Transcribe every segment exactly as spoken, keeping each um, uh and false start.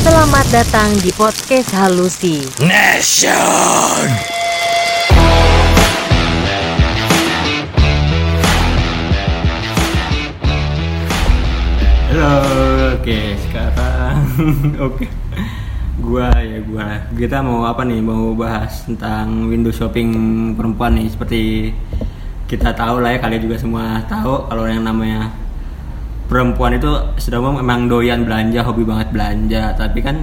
Selamat datang di podcast Halusi Nation. Halo, oke sekarang oke, gua ya gua kita mau apa nih? Mau bahas tentang window shopping perempuan nih. Seperti kita tahu lah ya, kalian juga semua tahu kalau yang namanya perempuan itu sudah memang doyan belanja, hobi banget belanja. Tapi kan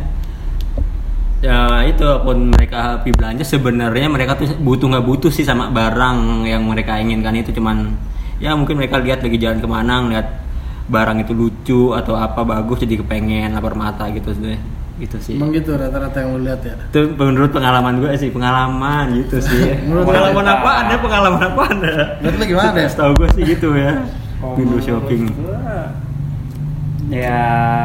ya itu, pun mereka hobi belanja, sebenarnya mereka tuh butuh nggak butuh sih sama barang yang mereka inginkan itu. Cuman ya mungkin mereka lihat lagi jalan kemana, lihat barang itu lucu atau apa bagus, jadi kepengen lapar mata gitu sih. Gitu sih. Emang gitu rata-rata yang lu lihat ya? Itu menurut pengalaman gue sih, pengalaman gitu sih. Pengalaman apa ada? Pengalaman apa ada? Menurut lu gimana ya? Setahu gue sih gitu ya. Oh, window shopping. Gua, ya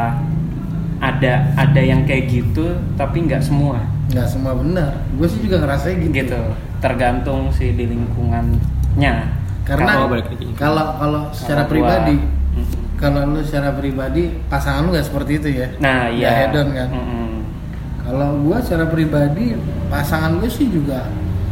ada ada yang kayak gitu, tapi nggak semua. Nggak semua benar. Gue sih juga ngerasain gitu. Gitu. Tergantung sih di lingkungannya. Karena Oh, kalau kalau secara Kalau pribadi, gua, mm, kalau lu secara pribadi pasangan lu nggak seperti itu ya? nah Nggak iya. hedon kan? Mm-mm. Kalau gue secara pribadi, pasangan gue sih juga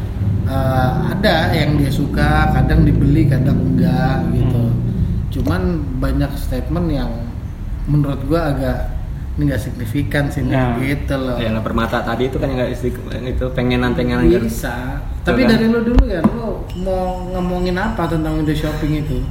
uh, ada yang dia suka, kadang dibeli, kadang enggak gitu. Hmm. Cuman banyak statement yang menurut gue agak ini nggak signifikan sih, Nah. gitu loh. Ya lapar mata tadi itu kan nggak isti- itu pengenan-pengenan gitu. Bisa. Tapi kan? dari lu dulu ya, lu mau ngomongin apa tentang window shopping itu?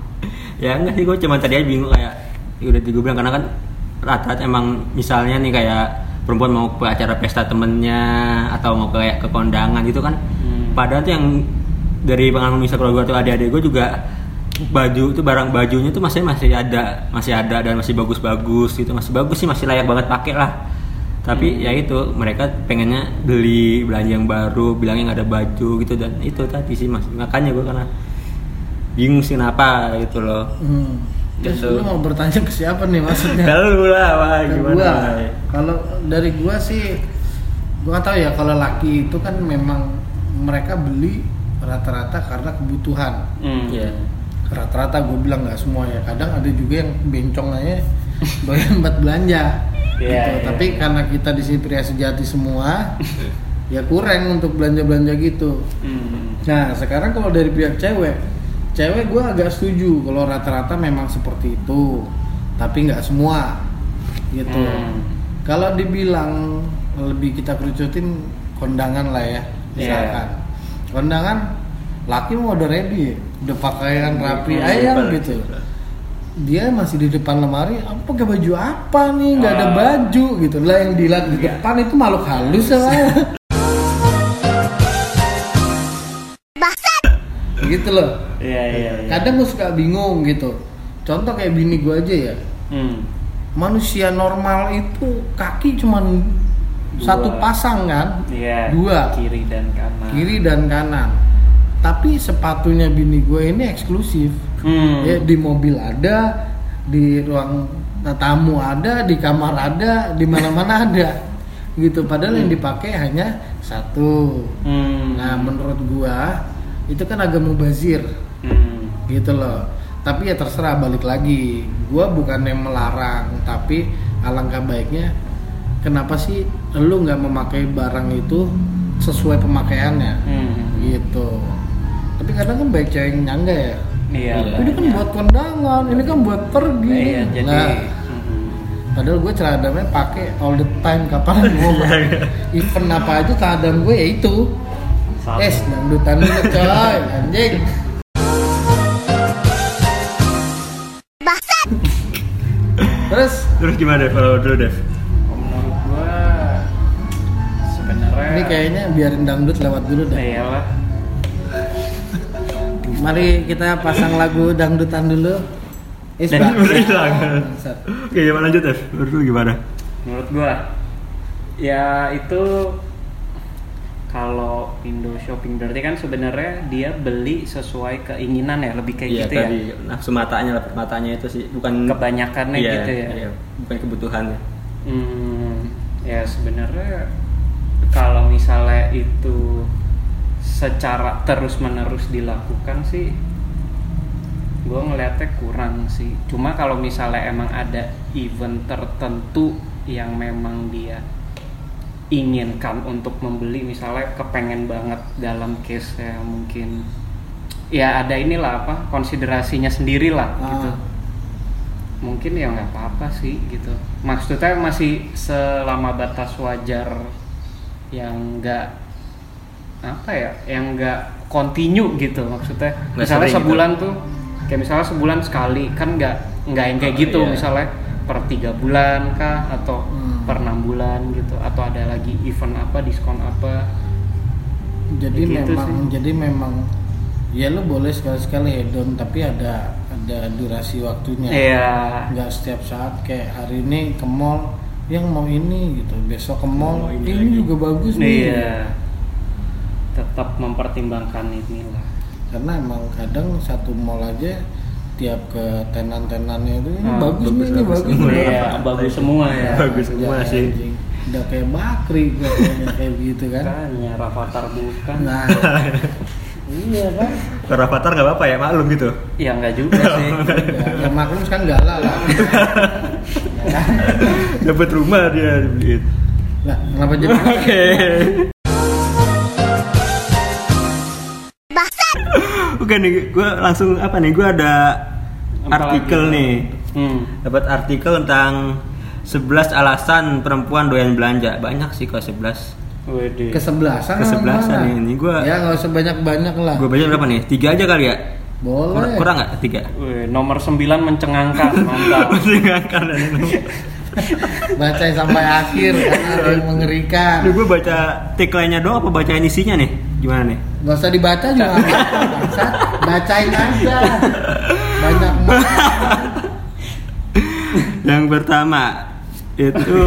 Ya enggak sih, gue cuma tadi aja bingung kayak ya udah gue bilang, karena kan rata-rata emang misalnya nih kayak perempuan mau ke acara pesta temennya atau mau kayak ke kondangan gitu kan. Hmm. Padahal tuh yang dari pengalaman misal kalau gue tuh adik-adik gue juga baju itu, barang bajunya tuh masih masih ada masih ada dan masih bagus-bagus gitu, masih bagus sih, masih layak banget pakai lah. Tapi hmm. ya itu, mereka pengennya beli belanja yang baru, bilangnya nggak ada baju gitu, dan itu tadi sih mas, makanya gue karena bingung sih kenapa gitu loh. Hmm. Terus Gitu. lu mau bertanya ke siapa nih maksudnya? Kalau lah, wah, Ke gimana? gua. Kalau dari gua sih, gua nggak tahu ya, kalau laki itu kan memang mereka beli rata-rata karena kebutuhan. Hmm. Iya. Rata-rata gue bilang nggak semua ya, kadang ada juga yang bencong aja doyan buat belanja. Iya, gitu. iya. Tapi karena kita di sini pria sejati semua, ya kurang untuk belanja-belanja gitu. Hmm. Nah sekarang kalau dari pihak cewek, cewek gue agak setuju kalau rata-rata memang seperti itu, tapi nggak semua gitu. Hmm. Kalau dibilang lebih kita kerucutin kondangan lah ya, misalkan Yeah. kondangan laki mau udah ready, udah pakaian rapi Hmm, ayam simpel, gitu. simpel. Dia masih di depan lemari, apa pakai baju apa nih? Nggak ada Ah. baju gitu lah, yang dilihat di Iya. depan itu makhluk halus sama. gitu loh. Iya iya. iya. Kadang gue suka bingung gitu. Contoh kayak bini gue aja ya. Hmm. Manusia normal itu kaki cuman Dua. satu pasang kan? Iya. Dua. Kiri dan kanan. Kiri dan kanan. Tapi sepatunya bini gue ini eksklusif. Hmm. Ya, di mobil ada, di ruang tamu ada, di kamar ada, di mana-mana ada. Gitu. Padahal yang dipakai hanya satu. Hmm. Nah, menurut gue itu kan agak mubazir. Hmm. Gitu loh. Tapi ya terserah, balik lagi. Gua bukannya melarang, tapi alangkah baiknya kenapa sih lu nggak memakai barang itu sesuai pemakaiannya, Hmm. gitu. Tapi kadang kan baik cewek yang nyangga ya. Iya. Ini kan buat kondangan, ini kan buat pergi. Iya, jadi Nah, mm, padahal gue celadamnya pakai all the time, kapan mau event apa aja celadam gue ya itu. sama. Es, dangdutan dulu coy, anjing. Terus Terus gimana Dev? Kalau dulu Dev? menurut gua sebenarnya ini kayaknya biarin dangdut lewat dulu deh. iyalah. Mari kita pasang lagu dangdutan dulu. Es Dan Pak. hilang. Bangsat. Oke, gimana lanjut Dev? Menurut lu gimana? Menurut gua ya itu, kalau window shopping berarti kan sebenarnya dia beli sesuai keinginan ya, lebih kayak Iya, gitu tadi ya. nafsu matanya, lapar matanya itu sih, bukan Kebanyakannya iya, gitu ya. Iya, bukan kebutuhannya. Hmm, ya sebenarnya kalau misalnya itu secara terus-menerus dilakukan sih, gue ngeliatnya kurang sih. Cuma kalau misalnya emang ada event tertentu yang memang dia inginkan untuk membeli, misalnya kepengen banget dalam case ya mungkin ya ada inilah apa konsiderasinya sendiri lah Ah. gitu, mungkin ya nggak apa-apa sih gitu, maksudnya masih selama batas wajar yang nggak apa ya yang nggak continue gitu, maksudnya Nggak misalnya sering sebulan tuh kayak misalnya sebulan sekali kan nggak nggak yang kayak gitu, Iya. misalnya per tiga bulan kah atau Hmm. per enam bulan gitu, atau ada lagi event apa diskon apa. Jadi Gitu memang sih. jadi memang ya lu boleh sekali-sekali hedon tapi ada ada durasi waktunya. Iya. Nggak setiap saat kayak hari ini ke mall yang mau ini gitu, besok ke mall Mau ini ini, lagi. juga bagus nih. Iya. Tetap mempertimbangkan inilah. Karena emang kadang satu mall aja tiap ke tenan-tenannya itu ini Ah, bagus, nih, bagus, ini bagus. bagus, nih, Iya, bagus semua ya. Bagus semua udah sih. anjing. Udah kayak bakri kayaknya kayak gitu kan. Makanya Rafathar bukan. Nah, iya kan. Kalau Rafathar nggak apa-apa ya, maklum gitu. Ya enggak juga sih. Ya, yang maklum kan galak lah. Ya kan? Dapat rumah dia dibeliin. Lah, kenapa jadi Oke. Oke nih, gue langsung apa nih? Gue ada Apa artikel lagi? nih. Hmm. Dapat artikel tentang sebelas alasan perempuan doyan belanja. Banyak sih kalau sebelas. Wede. kesebelasan? Kesebelasan apa nih, ini gua- Ya nggak usah banyak-banyak lah. Gue baca berapa nih? Tiga aja kali ya? Boleh. Kurang, kurang nggak? Tiga. Wih, nomor sembilan mencengangkan, mantap. Mendengarkan dan ini. Bacain sampai akhir karena ada yang mengerikan. Ini gue baca tagline-nya doang apa bacain isinya nih? Gimana nih? Gak usah dibaca juga nggak apa-apa, bangsat. Bacain aja. Banyak banget. Yang pertama itu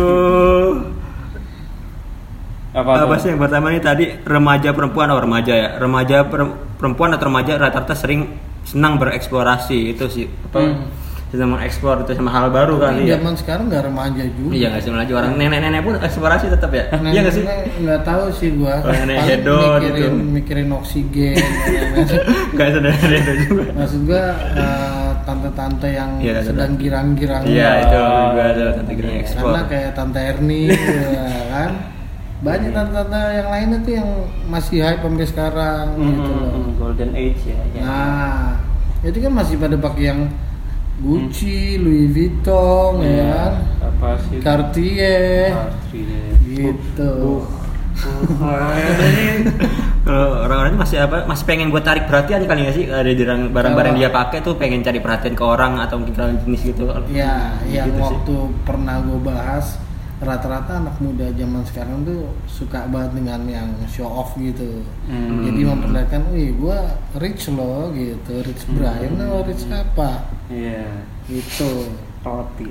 Apa, apa tuh? sih yang pertama nih tadi, remaja perempuan, oh remaja ya, remaja per- perempuan atau remaja rata-rata sering senang bereksplorasi, itu sih apa Hmm. senang mengeksplor itu sama hal baru Tapi kali ya. zaman sekarang nggak remaja juga. Iya nggak sih, lagi orang nenek-nenek pun eksplorasi tetap ya. Nah, Iya nggak sih? nggak tahu sih gua. Oh, nenek Paling hedon mikirin, gitu. mikirin oksigen. nenek-nenek. Nggak sadar itu juga. Maksud gua eh, tante-tante yang Iya, sedang tante. girang-girang. Iya itu Oh, juga ada tante kira iya. ekspor. Karena kayak tante Erni ya kan. Banyak tante-tante yang lainnya tuh yang masih hype sampai sekarang Hmm, gitu loh. hmm, Golden Age ya. ya. Nah, itu kan masih pada pakai yang Gucci, Louis Vuitton, ya kan, Apa sih? Cartier, Cartier. gitu. Uh, uh, Kalau orang-orang masih apa masih pengen buat tarik perhatian kali nggak sih, ada barang- barang-barang Kalau- dia pakai tuh pengen cari perhatian ke orang atau mungkin lawan jenis gitu. Ya, yang Gitu sih. waktu pernah gue bahas, rata-rata anak muda zaman sekarang tuh suka banget dengan yang show off gitu. Hmm. Jadi memperlihatkan, wih gue rich loh gitu, rich Brian loh, rich apa? Iya. Gitu. Roti.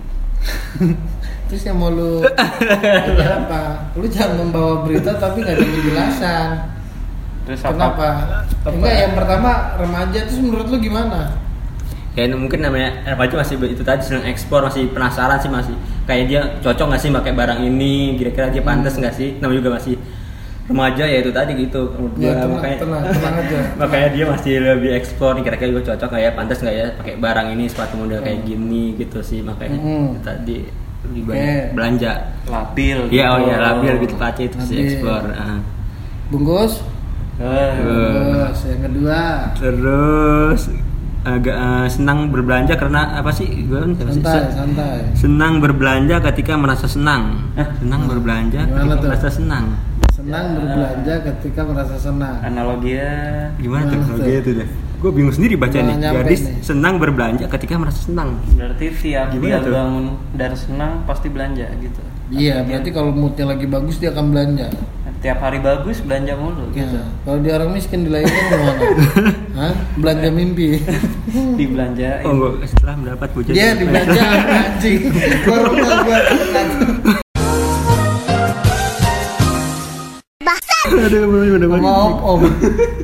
Terus yang mau lu aja apa? Lu jangan membawa berita tapi gak ada penjelasan. Terus apa? Kenapa? apa? Enggak, yang pertama remaja terus menurut lu gimana? Ya mungkin namanya remaja masih itu tadi senang ekspor, masih penasaran sih, masih kayak dia cocok nggak sih pakai barang ini, kira-kira dia pantas nggak sih, namanya juga masih remaja ya itu tadi gitu. Menurut Ya, gua, tenang, makanya tenang, tenang aja. makanya dia masih lebih ekspor nih, kira-kira gue cocok nggak ya, pantas nggak ya pakai barang ini, sepatu model kayak gini gitu sih, makanya Hmm. itu tadi lebih Oke. banyak belanja. Labil. Iya oh gitu. ya labil gitu pakai itu sih Labil. ekspor. Ah. Bungkus? Eh, Bungkus. Yang kedua, Terus agak eh, senang berbelanja karena apa sih? Gue kan apa sih? santai, Se- santai. Senang berbelanja ketika merasa senang. Senang berbelanja Gimana ketika tuh? merasa senang. Senang berbelanja ketika merasa senang. analoginya Gimana tuh? Gimana Kalau tuh? gitu deh. Gue bingung sendiri baca Nggak nih. nyampe Gadis nih. senang berbelanja ketika merasa senang. berarti tiap Gimana dia tuh? bangun dan senang pasti belanja gitu. Iya, berarti kalau moodnya lagi bagus dia akan belanja. Tiap hari bagus belanja mulu gitu. Ya. Kalau dia orang miskin dilahirkan gimana? Hah? Belanja mimpi. Dibelanjain. Oh, gue setelah mendapat pujian. Dia dibelanja anjing. Baru kenal gua. Aduh, belum mendapat. Sama om om.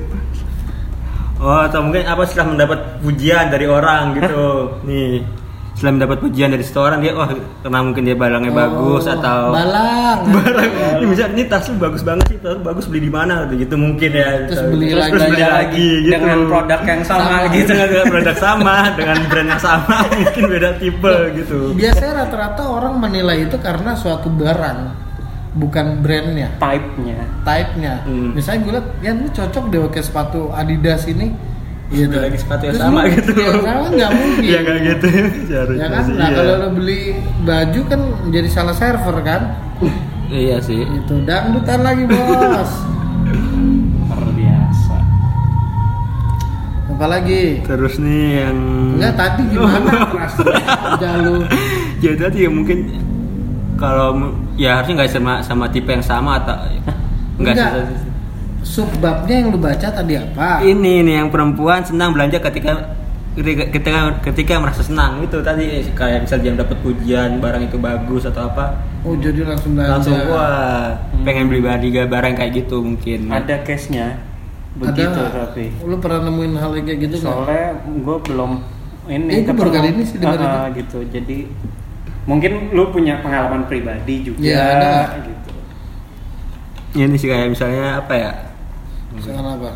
Oh, atau mungkin apa setelah mendapat pujian dari orang gitu. Nih. selain dapat pujian dari setoran dia wah karena mungkin dia barangnya Oh, bagus atau balang. barang ini bisa ini tas lu bagus banget sih, tas lu bagus beli di mana gitu mungkin ya. Terus beli terus, lagi, terus beli belajar lagi gitu. dengan produk yang sama, Sama. gitu. dengan produk sama dengan brand yang sama mungkin beda tipe gitu. Biasanya rata-rata orang menilai itu karena suatu barang, bukan brandnya, Type-nya. type-nya. Hmm. Misalnya gue liat, ya lu cocok deh pakai sepatu Adidas ini. Iya Beli lagi sepatu yang Terus sama lu- gitu. Yang sama kan nggak mungkin. Ya nggak gitu. Ya kan, nah kalau lo beli baju kan jadi salah server kan. Iya sih. Itu dangdutan lagi bos. Luar biasa. Apalagi? Terus nih yang Enggak tadi gimana? Keras aja lu. ya tadi ya mungkin kalau mu- ya harusnya nggak sama sama tipe yang sama atau nggak Enggak. sih. Subbabnya yang lu baca tadi apa? Ini nih yang perempuan senang belanja ketika ketika ketika, ketika merasa senang itu tadi kayak misal dia dapat pujian barang itu bagus atau apa Oh jadi langsung belanja. langsung wah pengen beli barang barang kayak gitu mungkin. Ada case-nya begitu Ada. tapi Lu pernah nemuin hal kayak gitu nggak? soalnya gue belum ini Eh, gua baru ketemu. kali ini sih dengar Ah, ah, itu. gitu. Jadi mungkin lu punya pengalaman pribadi juga Ya, ada. gitu. Ini sih kayak misalnya apa ya Soal apa?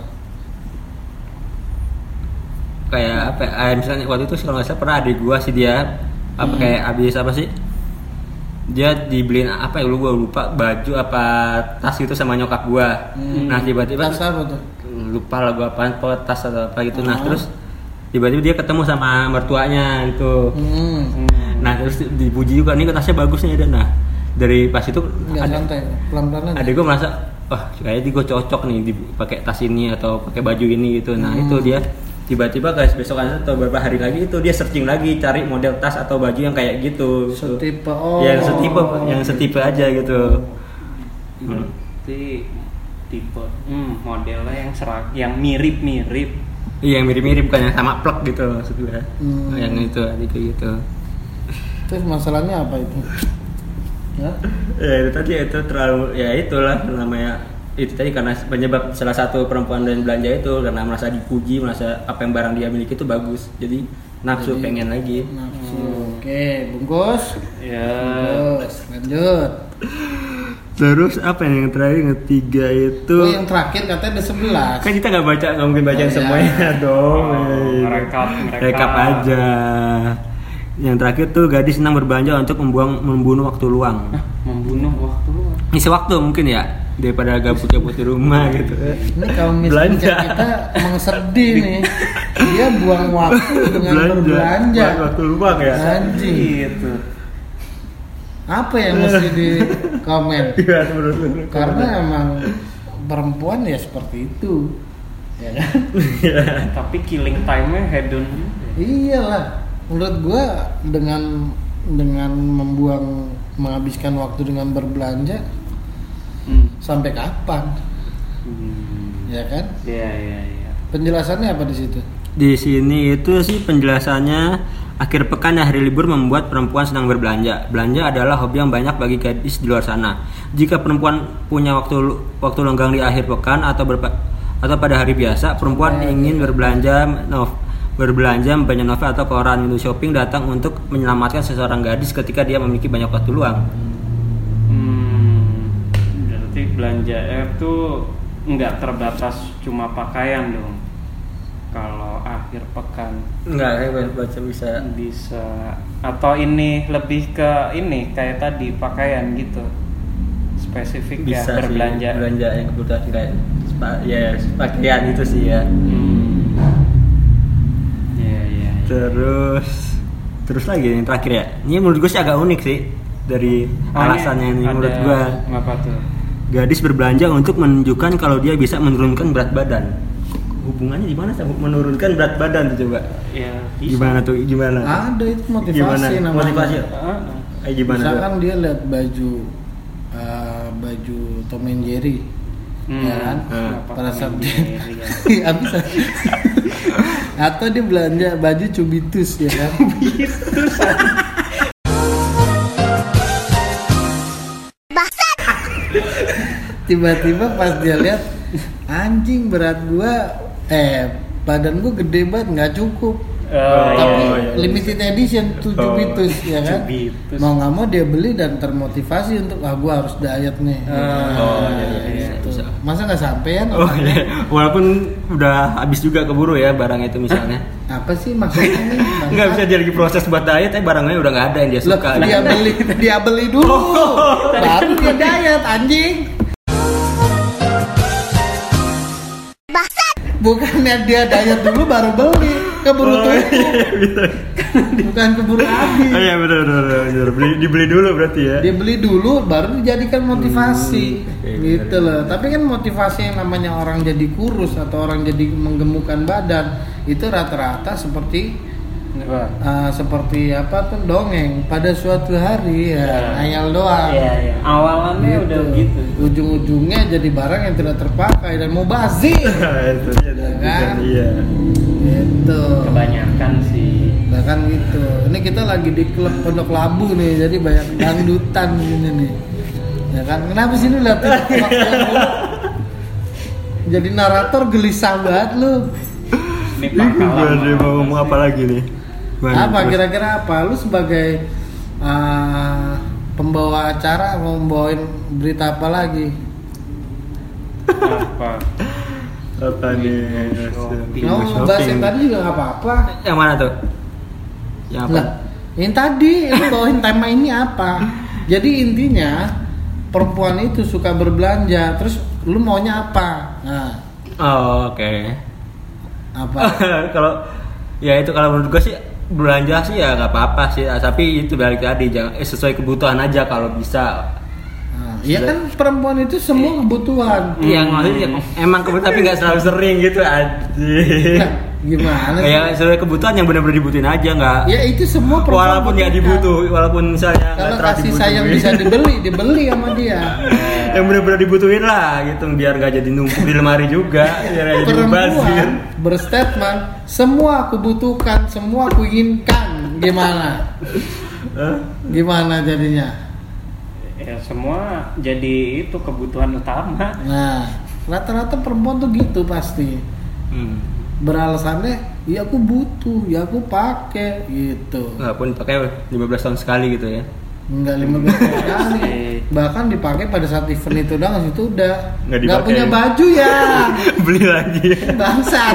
kayak apa ya, ah, misalnya waktu itu kalau nggak salah pernah adik gua sih dia apa Hmm. kayak habis apa sih dia dibeliin apa ya lu gua lupa baju apa tas itu sama nyokap gua. Hmm. Nah tiba-tiba Tas apa tuh? lupa lah gua apaan apa tas atau apa gitu. Nah Oh. terus tiba-tiba dia ketemu sama mertuanya itu. Hmm. Hmm. Nah terus dipuji juga nih tasnya bagus nih dan nah dari pas itu Enggak ada- santai, pelan-pelan aja. adik gue merasa wah kayaknya gue cocok nih dipakai tas ini atau pakai baju ini gitu. Nah Hmm. itu dia tiba-tiba guys besokan atau beberapa hari lagi itu dia searching lagi cari model tas atau baju yang kayak gitu. Setipe, oh. Yang setipe, yang setipe aja gitu. Hmm. Berarti tipe hmm, modelnya yang serak, yang mirip-mirip. Iya yang mirip-mirip bukan yang sama plek gitu maksud gue. Hmm. Yang itu adik gue gitu. Terus masalahnya apa itu? Ya? Ya itu tadi itu terlalu ya itulah namanya itu tadi karena penyebab salah satu perempuan dan belanja itu karena merasa dipuji, merasa apa yang barang dia miliki itu bagus. Jadi nafsu Jadi, pengen lagi. Nafsu. Oke, bungkus. Ya. Bungkus. Lanjut. Terus apa yang terakhir yang ketiga itu Oh, yang terakhir katanya ada sebelas. kan kita nggak baca nggak mungkin bacain Oh, ya. semuanya dong. Oh, Eh, merekap, merekap. rekap aja. Yang terakhir tuh gadis senang berbelanja untuk membuang membunuh waktu luang. Nah, membunuh waktu lu. Ngisi waktu mungkin ya daripada gabut-gabut di rumah gitu. Ini kaum miskin Belanja. kayak kita emang sedih nih. Dia buang waktu dengan berbelanja. Buat waktu luang ya. Anjing. Gitu. Apa yang mesti di komen? Iya menurut lu. Karena emang perempuan ya seperti itu. Ya kan? Tapi killing time-nya hedon. Iyalah. Menurut gua dengan dengan membuang menghabiskan waktu dengan berbelanja Hmm. sampai kapan? Hmm. Ya kan? Iya, iya, iya. Penjelasannya apa di situ? Di sini itu sih penjelasannya akhir pekan dan hari libur membuat perempuan senang berbelanja. Belanja adalah hobi yang banyak bagi gadis di luar sana. Jika perempuan punya waktu waktu lenggang di akhir pekan atau berpa, atau pada hari biasa, perempuan Ya, ingin ya. berbelanja nov, berbelanja membaca novel atau koran window shopping datang untuk menyelamatkan seseorang gadis ketika dia memiliki banyak waktu luang. Hmm. Berarti belanja itu nggak terbatas cuma pakaian dong. Kalau akhir pekan Enggak, saya baca bisa. bisa atau ini lebih ke ini kayak tadi pakaian gitu. Spesifik ya Bisa sih berbelanja. belanja yang kebutuhan kayak spa- ya pakaian itu sih ya. Hmm. Iya, iya. iya. Terus terus lagi yang terakhir ya. Ini menurut gue sih agak unik sih dari Oh, alasannya ini ada menurut gue. apa tuh? Gadis berbelanja untuk menunjukkan kalau dia bisa menurunkan berat badan. Hubungannya di mana sama menurunkan berat badan tuh coba? Ya, bisa. Gimana tuh? Gimana? Ada itu motivasi Gimana? namanya. Motivasi. Ah, Eh gimana? Misalkan tuh? dia lihat baju uh, baju Tom and Jerry, hmm. ya kan? Ah. Kenapa Pada saat kami dia diri ya? Iya, bisa. Atau dia belanja baju Cubitus ya kan? Tiba-tiba pas dia lihat anjing berat gua eh badan gua gede banget nggak cukup Oh, tapi iya, iya. limited edition tujuh Oh, bitus ya kan. tujuh bitus. Mau nggak mau dia beli dan termotivasi untuk ah gua harus diet nih. Oh, iya, iya, iya, Gitu. bisa. Masa nggak sampean? Oh iya, walaupun udah habis juga keburu ya barang itu misalnya. Apa sih maksudnya nih? Bang? Nggak bisa dia lagi proses buat diet, eh barangnya udah nggak ada yang dia Loh, suka. dia beli dia beli dulu. Oh. Baru dia diet anjing. Bukannya dia diet dulu baru beli, keburu Oh, tumpuk. iya, bisa. Bukan keburu habis. Oh iya benar benar benar. Beli, dibeli dulu berarti ya. Dia beli dulu baru dijadikan motivasi Hmm, oke, gitu benar, loh. benar. Tapi kan motivasi yang namanya orang jadi kurus atau orang jadi menggemukkan badan itu rata-rata seperti Wah. uh, seperti apa tuh dongeng pada suatu hari ya, Ya. ngayal doang. Iya, iya. Awalannya udah gitu. Ujung-ujungnya jadi barang yang tidak terpakai dan mubazir. Itu dia Ya kan. kan? Iya. Gitu. Kebanyakan sih. Bahkan gitu. Ini kita lagi di klub Pondok Labu nih, jadi banyak dangdutan gini nih. Ya kan? Kenapa sih lu lihat jadi narator gelisah banget lu. Ini Gue pangkalan. mau ngomong apa lagi nih? Gimana? Apa Terus? kira-kira apa? Lu sebagai uh, pembawa acara mau membawain berita apa lagi? Apa? Apa nih? Shopping. Mau Shopping. bahas yang tadi juga nggak apa-apa. Yang mana tuh? Yang apa? Lah, yang tadi lu bawain tema ini apa? Jadi intinya perempuan itu suka berbelanja, terus lu maunya apa? Nah, Oh, oke. apa? Kalau ya itu kalau menurut gue sih belanja sih ya nggak apa-apa sih, tapi itu balik tadi jangan eh, sesuai kebutuhan aja kalau bisa. Nah, iya kan perempuan itu semua kebutuhan. Yang maksudnya emang kebutuhan tapi nggak selalu sering gitu aja. Nah, gimana sih? Kayak sesuai kebutuhan yang benar-benar dibutuhin aja nggak. Ya itu semua perempuan Walaupun nggak butuhkan. dibutuh, walaupun misalnya nggak Kalau terlalu kasih dibutuhin. sayang bisa dibeli, dibeli sama dia. Yang benar-benar dibutuhin lah gitu, biar nggak jadi numpuk di lemari juga, biar nggak jadi mubazir. Perempuan berstatement, semua aku butuhkan, semua aku inginkan. Gimana? Hah? Gimana jadinya? Ya semua jadi itu kebutuhan utama. Nah, rata-rata perempuan tuh gitu pasti. Hmm. Beralasannya, ya aku butuh, ya aku pakai gitu. Nggak pun pakai lima belas tahun sekali gitu ya. Enggak lima belas kali. Bahkan dipakai pada saat event itu udah nggak situ udah Nggak nggak dipakai. punya baju ya. Beli lagi. Bangsat.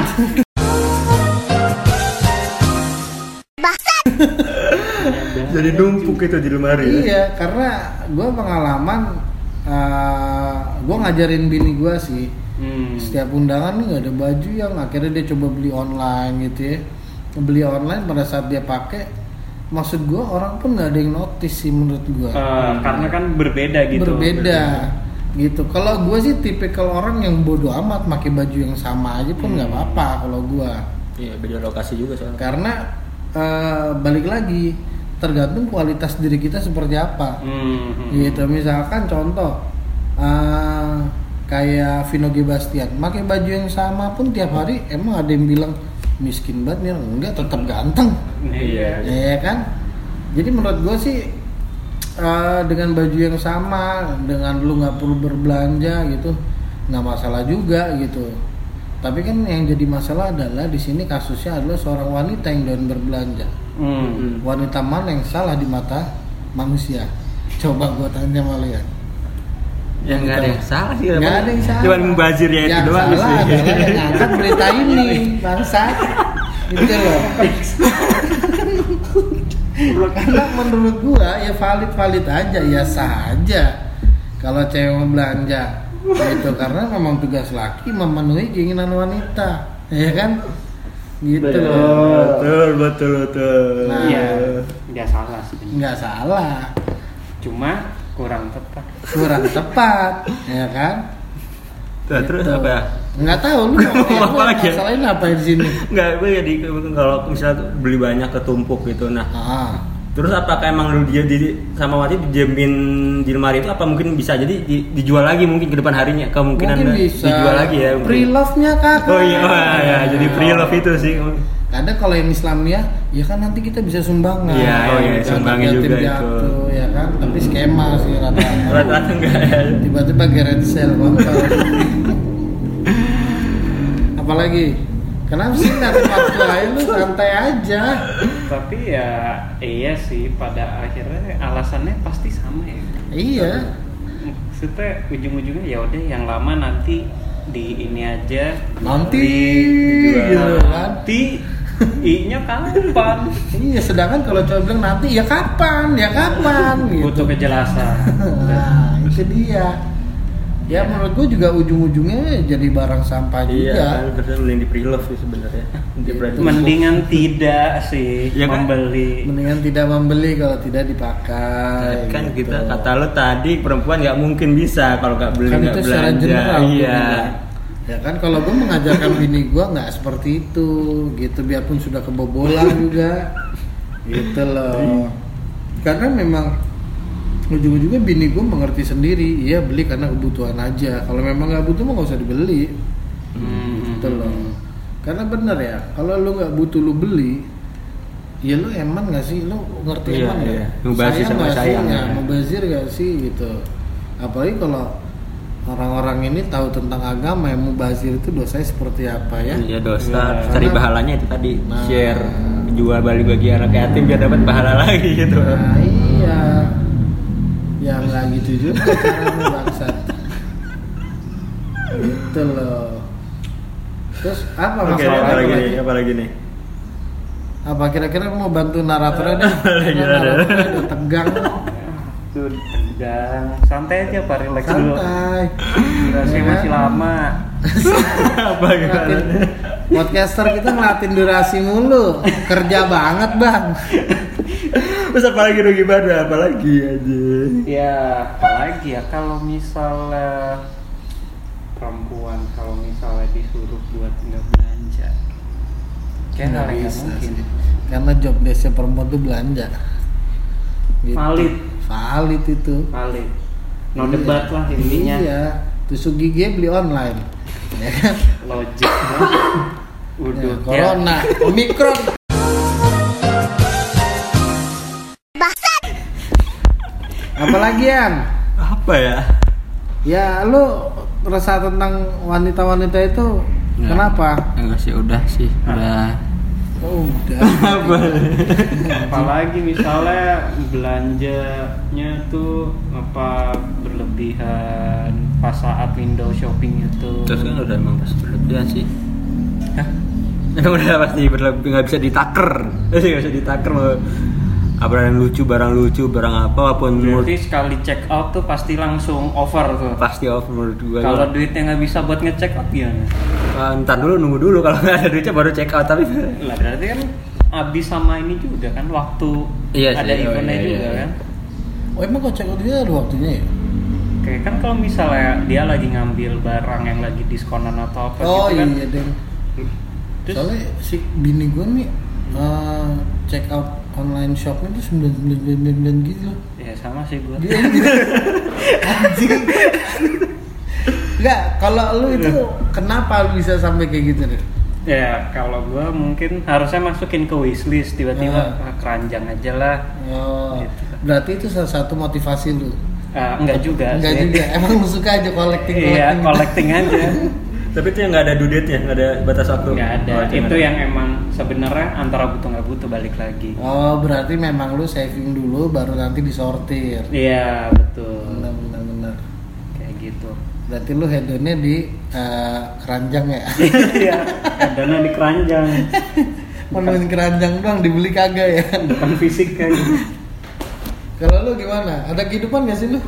Jadi numpuk itu di lemari ya. Iya, karena gue pengalaman uh, gue ngajarin bini gue sih. Hmm. Setiap undangan nih nggak ada baju yang akhirnya dia coba beli online gitu ya. Beli online pada saat dia pakai, maksud gue orang pun nggak ada yang notice sih menurut gue. Eh, karena kan berbeda gitu. Berbeda gitu. Kalau gue sih tipikal orang yang bodoh amat pakai baju yang sama aja pun nggak apa-apa kalau gue. Iya, beda lokasi juga soalnya. Karena uh, balik lagi tergantung kualitas diri kita seperti apa. Hmm. Gitu, misalkan contoh uh, kayak Vino G. Bastian pakai baju yang sama pun tiap hari, emang ada yang bilang miskin banget nih? Enggak, tetap ganteng. Iya. Ya kan? Jadi menurut gue sih uh, dengan baju yang sama, dengan lu nggak perlu berbelanja gitu, nggak masalah juga gitu. Tapi kan yang jadi masalah adalah di sini kasusnya adalah seorang wanita yang doyan berbelanja. Hmm. Wanita mana yang salah di mata manusia? Coba gue tanya sama lu ya. Ya nggak ada yang salah sih. Nggak ada yang salah. Cuman mubazirnya itu Yang doang salah sih. adalah yang ngangkat berita ini, bangsa. Gitu loh. Karena menurut gua ya valid-valid aja, ya sah aja kalau cewek mau belanja. Gitu, karena memang tugas laki memenuhi keinginan wanita, ya kan? Gitu Betul. loh. Betul, betul, betul. Nah. Iya. Nggak salah sih. Nggak salah, Cuma kurang tepat. kurang tepat, ya kan? Nah, terus apa ya? Nggak tahu lu mau Apa lagi ya? masalahin apa di sini? Nggak, gue jadi kalau misalnya beli banyak ketumpuk gitu. Nah, Ah, terus apakah emang lu dia di sama waktu dijamin di lemari itu apa mungkin bisa jadi di- dijual lagi mungkin ke depan harinya kemungkinan mungkin bisa. dijual lagi ya mungkin. Pre-love-nya kakak. Oh iya, wah, ya, jadi pre-love itu sih. Kadang kalau yang Islamnya, ya kan nanti kita bisa sumbangan. Iya, oh iya, Untuk sumbangin yatim juga piatu, itu. ya kan. Tapi skema sih rata-rata. Rata-rata enggak ya. Tiba-tiba garage sale kontol. Apalagi Kenapa sih ngatur waktu aja lu santai aja. Tapi ya iya sih pada akhirnya alasannya pasti sama ya. Iya. Maksudnya ujung-ujungnya ya udah yang lama nanti di ini aja. Nanti di, gitu kan. nanti I-nya kapan? Iya, sedangkan kalau cowok bilang nanti ya kapan, ya kapan gitu. Butuh kejelasan. Nah, itu dia. Ya menurut gue juga ujung-ujungnya jadi barang sampah Iya, juga. kan berarti mending di pre-love sih sebenarnya. Di pre- Mendingan tidak sih Ya kan? membeli. Mendingan tidak membeli kalau tidak dipakai. Kan gitu. kita kata lo tadi perempuan nggak mungkin bisa kalau nggak beli Kan nggak itu secara belanja. general. Iya. Ya kan kalau gue mengajarkan bini gue nggak seperti itu, gitu biarpun sudah kebobolan juga, gitu loh. Karena memang ujung-ujungnya bini gue mengerti sendiri, iya beli karena kebutuhan aja. Kalau memang nggak butuh mah nggak usah dibeli, Hmm. gitu loh. Karena bener ya, kalau lu nggak butuh lu beli, ya lu eman nggak sih, lu Iya, ngerti eman nggak? iya. Mubazir sama nggak sih, sayang, nggak? ya. Mubazir nggak sih gitu. Apalagi kalau orang-orang ini tahu tentang agama, yang mubazir itu dosanya seperti apa ya? Iya dosa, Iya. cari Karena- pahalanya itu tadi Nah. share, jual beli bagi anak yatim biar dapat pahala lagi gitu. Nah iya, ya nggak gitu juga caranya bangsat. Gitu loh. Terus apa Oke, masalah apa lagi lagi? nih? Apa lagi nih? Apa kira-kira mau bantu naratornya deh? Lagi Karena ada. naratornya udah tegang. Tuh tegang. Santai aja Pak, relax dulu. Santai. Durasi Ya masih kan? lama. Apa gimana? Ngelatin- Podcaster kita ngelatin durasi mulu. Kerja banget bang. Terus apa lagi rugi pada? Apa lagi aja? Ya, apalagi ya kalau misalnya perempuan kalau misalnya disuruh buat nggak belanja, kayak hal yang nggak bisa mungkin. sih. Karena job desknya perempuan tuh belanja. Gitu. Valid. Valid itu. Valid. No Iya. debat lah intinya. Iya. Tusuk gigi beli online. Ya kan? Logik. Udah. Ya, corona, omikron. Apalagi Yan? Apa ya? Ya lu resah tentang wanita-wanita itu Nggak. kenapa? Enggak sih, udah sih, udah. Oh, udah. Apa? Apalagi misalnya belanjanya tuh apa berlebihan pas saat window shopping itu. Terus kan udah emang pasti berlebihan sih. Hah? Emang udah pasti berlebihan, nggak bisa ditaker. Nggak bisa ditaker mau apa yang lucu, barang lucu, barang apa apapun menurut Berarti sekali check out tuh pasti langsung over tuh. pasti off menurut gua. Kalau duitnya nggak bisa buat nge-check out gimana? Ah, ntar dulu nunggu dulu kalau nggak ada duitnya baru check out tapi Lah berarti kan abis sama ini juga kan waktu Iya sih, ada oh eventnya iya, juga iya. kan. Oh emang kok check out dia ada waktunya ya? Kayak kan kalau misalnya dia lagi ngambil barang yang lagi diskonan atau apa Oh gitu kan. iya deh. Terus Soalnya si bini gue nih uh, check out online shopnya tuh sembilan sembilan sembilan sembilan gitu loh. ya sama sih gua. Dia anjing. Enggak, kalau lu itu kenapa lu bisa sampai kayak gitu deh? Ya kalau gua mungkin harusnya masukin ke wishlist tiba-tiba Ah. ah, keranjang aja lah. Oh, Gitu. berarti itu salah satu motivasi lu. Ah, enggak juga Enggak sih. juga, emang lu suka aja collecting Iya, collecting aja. tapi itu yang nggak ada due date-nya, nggak ada batas waktu. Nggak ada. Oh, Itu nggak ada. yang emang sebenarnya antara butuh nggak butuh balik lagi. Oh, berarti memang lu saving dulu baru nanti disortir. Iya betul. Benar benar benar. Kayak gitu. Berarti lu hedonnya di uh, keranjang ya? Iya. Dana di keranjang. Menemuin keranjang doang dibeli kagak ya? Bukan fisik kan. Kalau lu gimana? Ada kehidupan gak sih lu?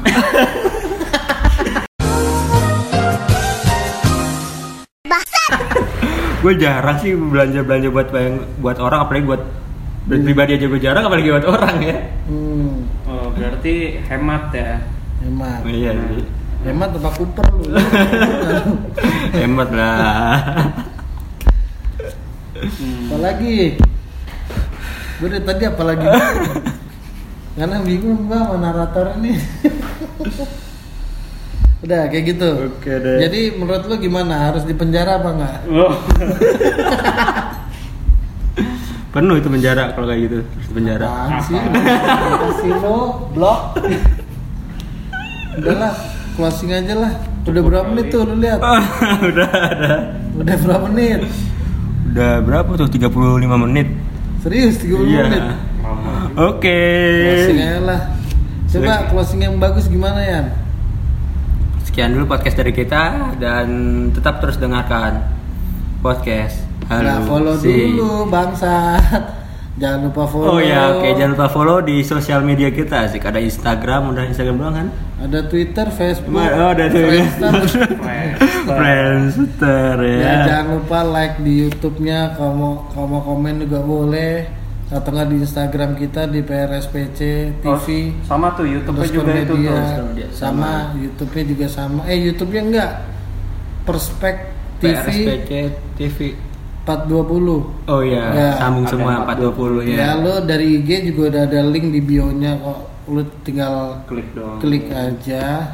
Gue jarang sih belanja belanja buat buat orang, apalagi buat buat pribadi aja gue jarang, apalagi buat orang ya. Hmm, Oh berarti hemat ya. hemat. Iya sih. Hemat apa kuper lu? Hemat lah. Hmm. Apalagi? Gue dari tadi apalagi? Karena bingung gua sama narator ini. Udah kayak gitu. Oke deh. Jadi menurut lu gimana? Harus dipenjara apa enggak? Oh. Penuh itu penjara kalau kayak gitu, terus penjara. Apaan sih? Apa? Kasih lo blok. Udahlah, closing aja lah. Udah berapa menit tuh lu lihat? Udah ada. Udah berapa menit? udah berapa tuh? tiga puluh lima menit. Serius tiga puluh Iya. menit. Oke. Closing aja lah. Coba closing yang bagus gimana ya? Sekian dulu podcast dari kita dan tetap terus dengarkan podcast. Halo. Nah, follow si. dulu bangsa. Jangan lupa follow. Oh ya, oke, jangan lupa follow di sosial media kita sih. Ada Instagram, udah Instagram doang kan? Ada Twitter, Facebook. Oh, ada Twitter. Friendster. Friendster ya. Ya, jangan lupa like di YouTube-nya, kalau mau kalau mau komen juga boleh. Atau nggak di Instagram kita di P R S P C T V. Oh, sama tuh YouTube-nya underscore juga itu media. tuh. media. Sama, Sama. YouTube-nya juga sama. Eh, YouTube-nya enggak. Perspek P T R V S P C T V. empat dua puluh. Oh iya, Ya. sambung Ada semua empat dua puluh Ya, ya. lo dari I G juga udah ada link di bio-nya kok. Lo tinggal Klik doang. klik aja.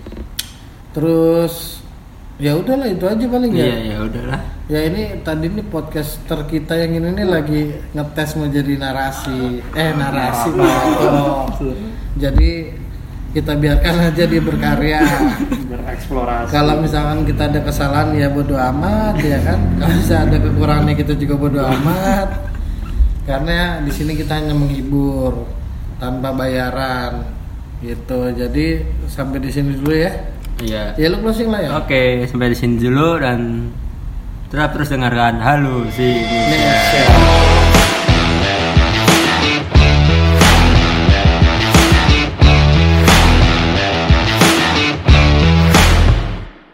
Terus ya udahlah itu aja paling ya. Iya, ya udahlah. Ya ini tadi nih podcaster kita yang ini nih lagi ngetes mau jadi narasi. Eh narasi Pak. Jadi kita biarkan aja dia berkarya. Bereksplorasi. Kalau misalkan kita ada kesalahan ya bodo amat ya kan. Kalau misalnya ada kekurangannya kita juga bodo amat. Karena di sini kita hanya menghibur tanpa bayaran gitu. Jadi sampai di sini dulu ya. Iya. Ya lu closing lah ya. Oke, sampai di sini dulu dan tetap terus dengarkan Halo si Indonesia. Indonesia.